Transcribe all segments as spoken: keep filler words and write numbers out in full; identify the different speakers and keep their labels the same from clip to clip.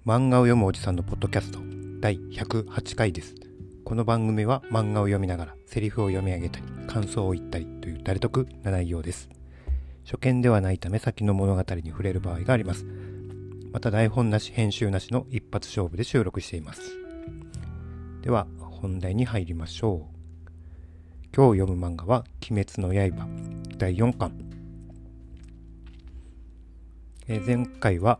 Speaker 1: 漫画を読むおじさんのポッドキャストだいひゃくはちかいです。この番組は漫画を読みながらセリフを読み上げたり感想を言ったりという誰得な内容です。初見ではないため先の物語に触れる場合があります。また台本なし編集なしの一発勝負で収録しています。では本題に入りましょう。今日読む漫画は鬼滅の刃だいよんかん。えー、前回は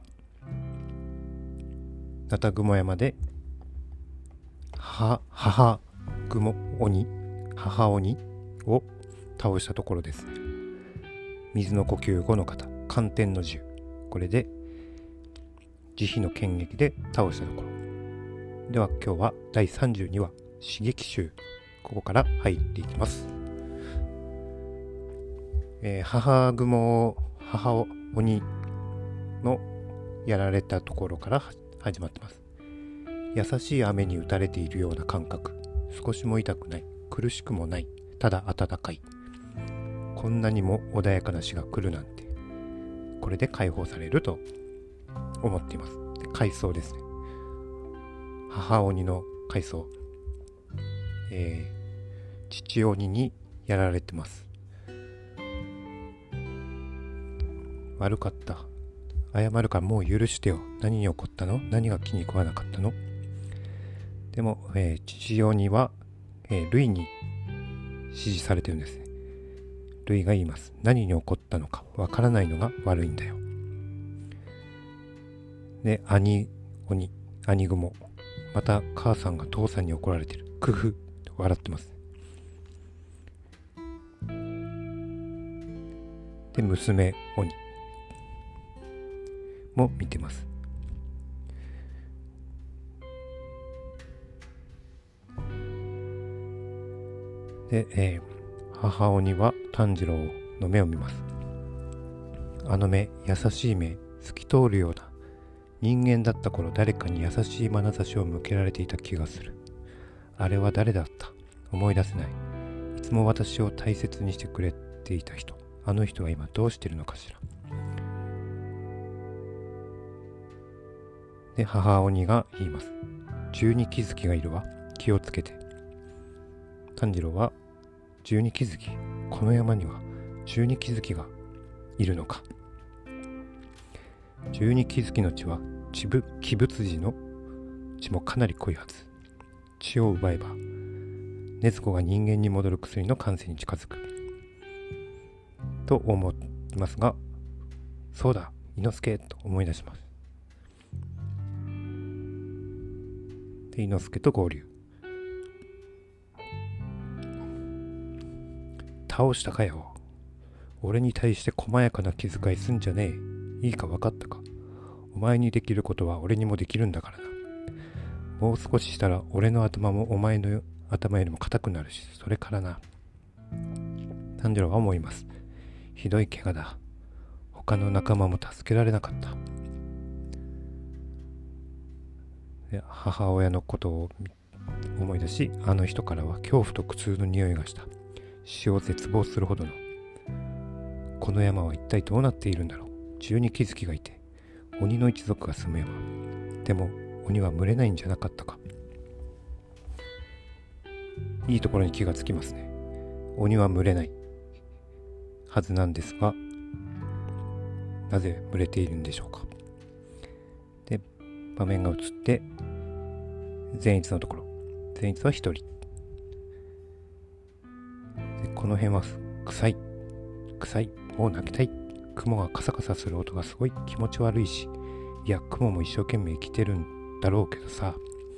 Speaker 1: ナタグモ山で母母グモ鬼母鬼を倒したところです。水の呼吸後の方寒天の銃、これで慈悲の剣撃で倒したところでは、今日はだいさんじゅうにわ刺激集、ここから入っていきます。えー、母グモ母鬼のやられたところから始まってます。優しい雨に打たれているような感覚、少しも痛くない、苦しくもない、ただ暖かい。こんなにも穏やかな死が来るなんて、これで解放されると思っています。で、回想ですね。母鬼の回想、えー、父鬼にやられてます。悪かった、謝るからもう許してよ。何に怒ったの？何が気に食わなかったの？でも、えー、父鬼は、えー、ルイに指示されてるんですね。ルイが言います。何に怒ったのかわからないのが悪いんだよ。で、兄鬼、兄雲、また母さんが父さんに怒られてる。クフと笑ってます。で、娘鬼も見てます。で、えー、母鬼は炭治郎の目を見ます。あの目、優しい目、透き通るような。人間だった頃誰かに優しい眼差しを向けられていた気がする。あれは誰だった？思い出せない。いつも私を大切にしてくれていた人。あの人は今どうしてるのかしら。で、母鬼が言います。十二鬼月がいるわ。気をつけて。炭治郎は、十二鬼月、この山には十二鬼月がいるのか。十二鬼月の血は鬼仏寺の血もかなり濃いはず。血を奪えば禰豆子が人間に戻る薬の完成に近づくと思いますが、そうだ、伊之助と思い出します。で、伊之助と合流。倒したかよ。俺に対して細やかな気遣いすんじゃねえ。いいか分かったか。お前にできることは俺にもできるんだからな。もう少ししたら俺の頭もお前の頭よりも硬くなるし、それからな。炭治郎は思います。ひどい怪我だ。他の仲間も助けられなかった。で、母親のことを思い出し、あの人からは恐怖と苦痛の匂いがした。死を絶望するほどの。この山は一体どうなっているんだろう。十二鬼月がいて鬼の一族が住む山。でも鬼は群れないんじゃなかったか。いいところに気がつきますね。鬼は群れないはずなんですが、なぜ群れているんでしょうか。で、場面が移って善逸のところ。善逸は一人で、この辺は臭い臭い、もう泣きたい。雲がカサカサする音がすごい気持ち悪いし、いや雲も一生懸命生きてるんだろうけどさ、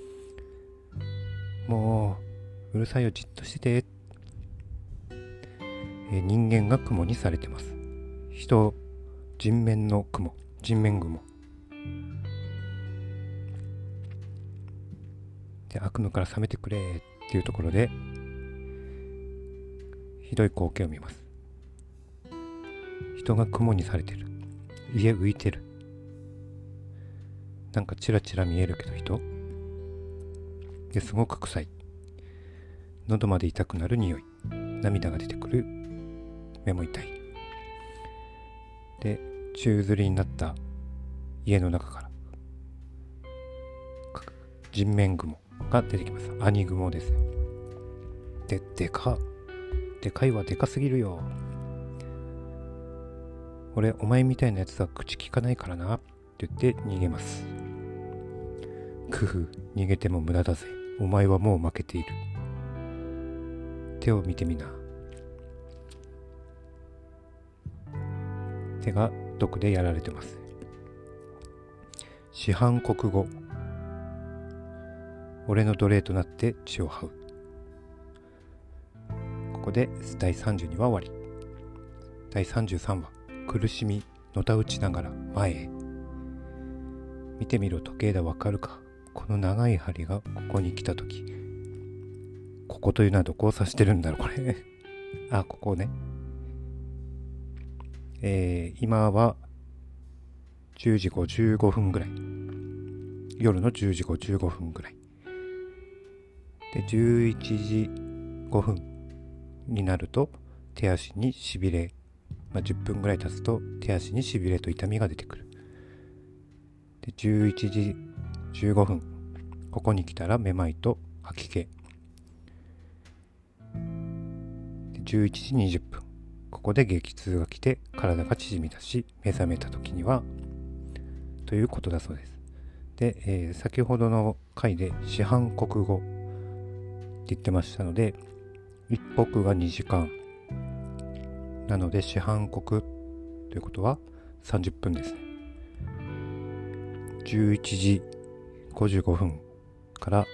Speaker 1: もううるさいよ、じっとしてて。え人間が雲にされてます。人人面の雲、人面雲で、悪夢から覚めてくれっていうところでひどい光景を見ます。人が雲にされてる。家浮いてる。なんかチラチラ見えるけど人ですごく臭い。喉まで痛くなる匂い。涙が出てくる。目も痛い。で、宙吊りになった家の中から人面雲が出てきます。兄雲ですね。で、でかでかいはでかすぎるよ。俺お前みたいなやつは口利かないからなって言って逃げます。くふ、逃げても無駄だぜ。お前はもう負けている。手を見てみな。手が毒でやられてます。四半国語。俺の奴隷となって血を這う。ここでだいさんじゅうにわ終わり。だいさんじゅうさんわ、苦しみのたうちながら前へ。見てみろ、時計だ。わかるか。この長い針がここに来たとき、ここというのはどこを指してるんだろうこれあ、ここね。えー、今はじゅうじごじゅうごふんぐらい、夜のじゅうじごじゅうごふんぐらいで、じゅういちじごふんになると手足にしびれ、まあ、じゅっぷんぐらい経つと手足にしびれと痛みが出てくる。でじゅういちじじゅうごふん、ここに来たらめまいと吐き気。でじゅういちじにじゅっぷん、ここで激痛が来て体が縮み出し、目覚めた時にはということだそうです。で、えー、先ほどの回で四半国語って言ってましたので、一国がにじかんなので四半国ということはさんじゅっぷんですね。じゅういちじごじゅうごふんから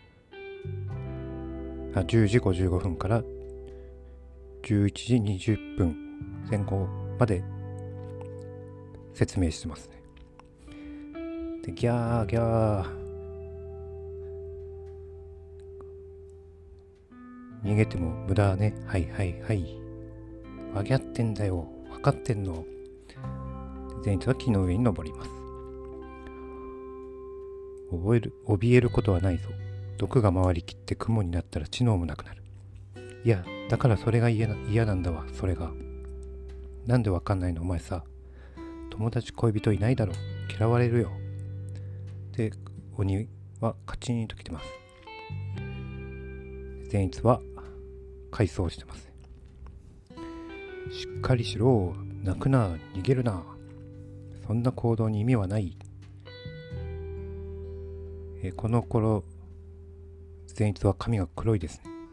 Speaker 1: あじゅうじごじゅうごふんからじゅういちじにじゅっぷん前後まで説明してますね。で、ギャーギャー、逃げても無駄ね。はいはいはい、わぎゃってんだよ、分かってんの。善逸は木の上に登ります。覚える怯えることはないぞ。毒が回りきって雲になったら知能もなくなる。いや、だからそれが嫌な、嫌なんだわ。それがなんでわかんないのお前さ。友達恋人いないだろ。嫌われるよ。で、鬼はカチンと来てます。善逸は回想してますね。しっかりしろ、泣くな、逃げるな。そんな行動に意味はない。えこの頃善逸は髪が黒いですね。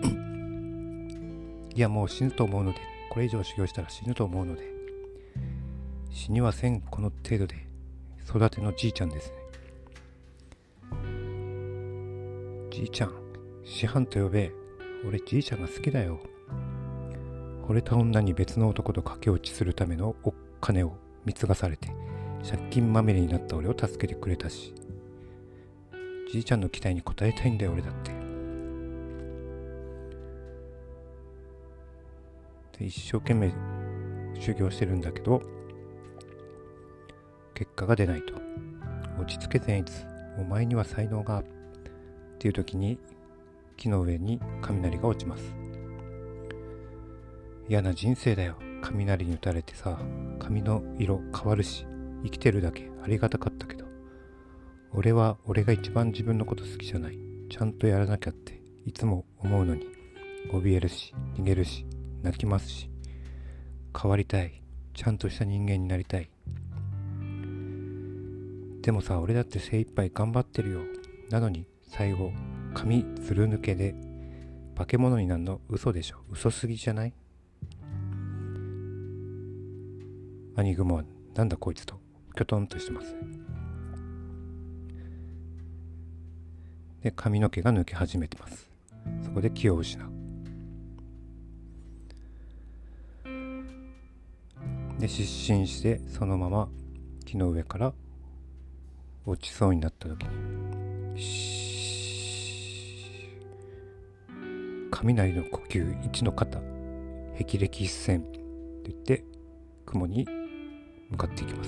Speaker 1: いや、もう死ぬと思うので、これ以上修行したら死ぬと思うので。死にはせん、この程度で。育てのじいちゃんですね。じいちゃん、師範と呼べ。俺じいちゃんが好きだよ。惚れた女に別の男と駆け落ちするためのお金を貢がされて借金まみれになった俺を助けてくれたし、じいちゃんの期待に応えたいんだよ俺だって。で、一生懸命修行してるんだけど結果が出ないと。落ち着け善逸、お前には才能がっていう時に木の上に雷が落ちます。嫌な人生だよ。雷に打たれてさ、髪の色変わるし、生きてるだけありがたかったけど、俺は俺が一番自分のこと好きじゃない。ちゃんとやらなきゃっていつも思うのに、怯えるし、逃げるし、泣きますし、変わりたい。ちゃんとした人間になりたい。でもさ、俺だって精一杯頑張ってるよ。なのに最後髪ずる抜けで化け物になるの嘘でしょ。嘘すぎじゃない？兄雲はなんだこいつときょとんとしてますね。で、髪の毛が抜け始めてます。そこで気を失う。で、失神してそのまま木の上から落ちそうになった時に、雷の呼吸一の肩、霹靂一閃って言って雲に向かっていきます。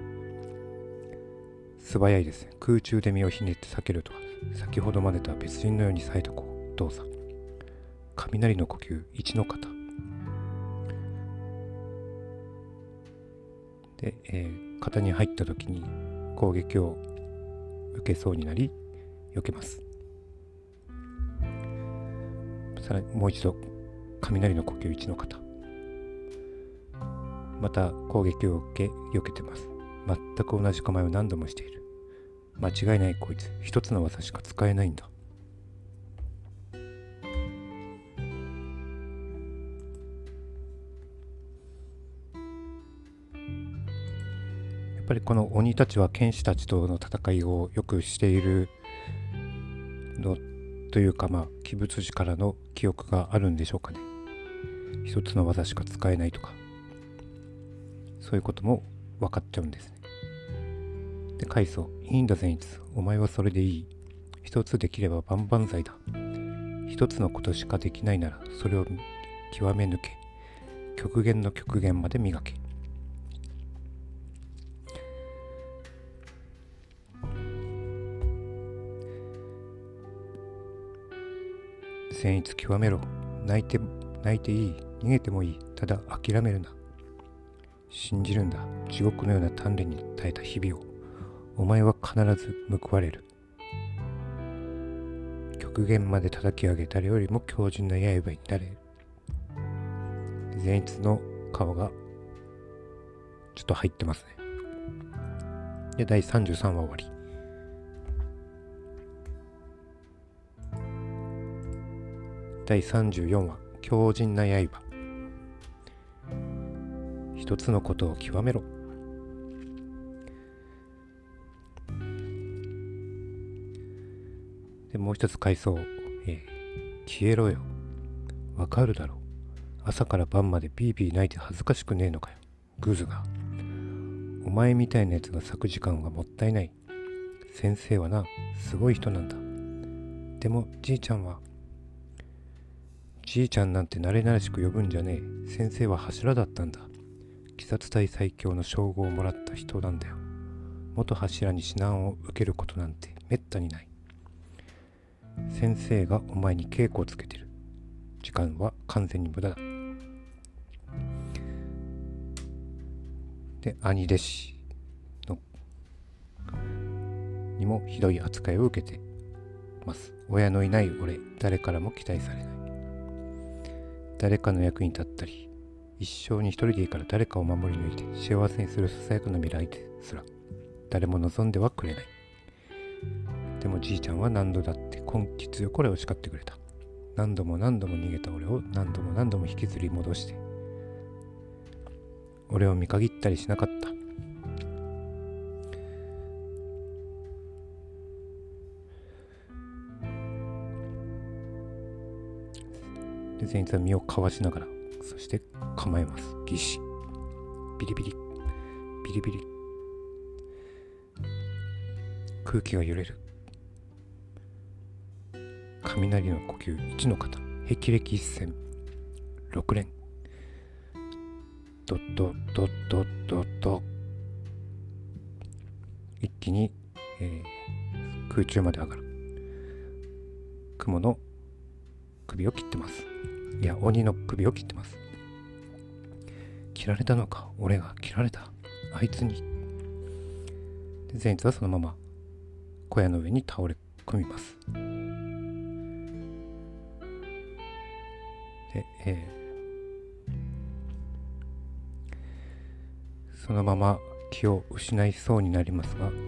Speaker 1: 素早いですね。空中で身をひねって避けるとか、先ほどまでとは別人のように冴えた動作。雷の呼吸一の肩で、えー、肩に入った時に攻撃を受けそうになり避けます。さらにもう一度雷の呼吸いちの方、また攻撃を受け避けてます。全く同じ構えを何度もしている。間違いない、こいつ一つの技しか使えないんだ。やっぱりこの鬼たちは剣士たちとの戦いをよくしているのというか、まあ鬼仏寺からの記憶があるんでしょうかね。一つの技しか使えないとか、そういうことも分かっちゃうんですね。で、回想、いいんだ善逸、お前はそれでいい。一つできれば万々歳だ。一つのことしかできないならそれを極め抜け、極限の極限まで磨け。善逸極めろ。泣いて泣いていい、逃げてもいい、ただ諦めるな。信じるんだ。地獄のような鍛錬に耐えた日々をお前は必ず報われる。極限まで叩き上げ、誰よりも強靭な刃になれる。善逸の顔がちょっと入ってますね。で、だいさんじゅうさんわ終わり。だいさんじゅうよんわ、強靭な刃。一つのことを極めろ。で、もう一つ回想、えー、消えろよ。わかるだろう。朝から晩までビービー泣いて恥ずかしくねえのかよ。グズが。お前みたいなやつが咲く時間がもったいない。先生はな、すごい人なんだ。でもじいちゃんは、じいちゃんなんて慣れ慣れしく呼ぶんじゃねえ。先生は柱だったんだ。鬼殺隊最強の称号をもらった人なんだよ。元柱に指南を受けることなんてめったにない。先生がお前に稽古をつけてる。時間は完全に無駄だ。で、兄弟子のにもひどい扱いを受けてます。親のいない俺、誰からも期待されない。誰かの役に立ったり、一生に一人でいいから誰かを守り抜いて幸せにするささやかな未来ですら誰も望んではくれない。でもじいちゃんは何度だって根気強く俺を叱ってくれた。何度も何度も逃げた俺を何度も何度も引きずり戻して、俺を見限ったりしなかった。で、善逸は身をかわしながら、そして構えます。義士。ビリビリ。ビリビリ。空気が揺れる。雷の呼吸いちの方。霹靂一閃。六連。ドッドッドッドッドッド。一気に、えー、空中まで上がる。雲の首を切ってます。いや、鬼の首を切ってます。切られたのか。俺が切られた。あいつに。で、善逸はそのまま小屋の上に倒れ込みます。で、えー、そのまま気を失いそうになりますが、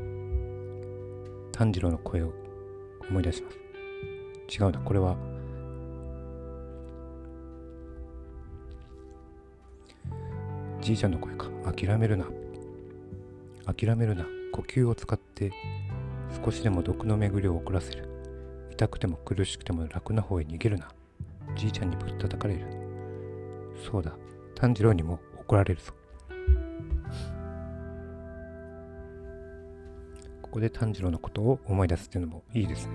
Speaker 1: 炭治郎の声を思い出します。違うな、これはじいちゃんの声か。諦めるな。諦めるな。呼吸を使って少しでも毒の巡りを遅らせる。痛くても苦しくても楽な方へ逃げるな。じいちゃんにぶったたかれる。そうだ、炭治郎にも怒られるぞ。ここで炭治郎のことを思い出すっていうのもいいですね。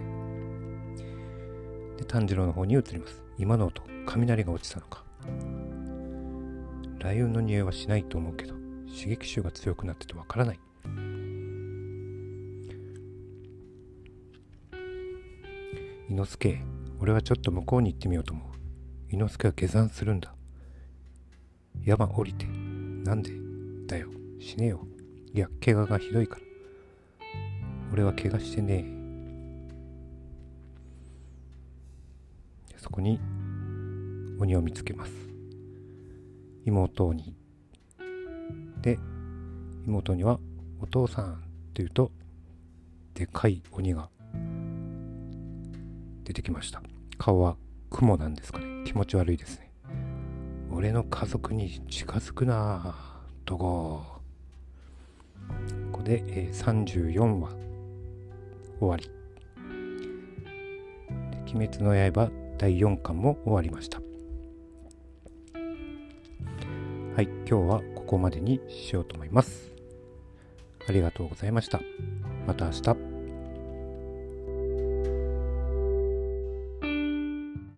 Speaker 1: で、炭治郎の方に移ります。今の音、雷が落ちたのか。雷雲の匂いはしないと思うけど、刺激臭が強くなっててわからない。伊之助、俺はちょっと向こうに行ってみようと思う。伊之助は下山するんだ。山降りて。なんでだよ、死ねよ。いや、怪我がひどいから。俺は怪我してねえ。 そこに鬼を見つけます。妹鬼で、妹にはお父さんって言うとでかい鬼が出てきました。顔は雲なんですかね。気持ち悪いですね。俺の家族に近づくなとこ。ここで、えー、さんじゅうよんわ終わりで、鬼滅の刃だいよんかんも終わりました。はい、今日はここまでにしようと思います。ありがとうございました。また明日。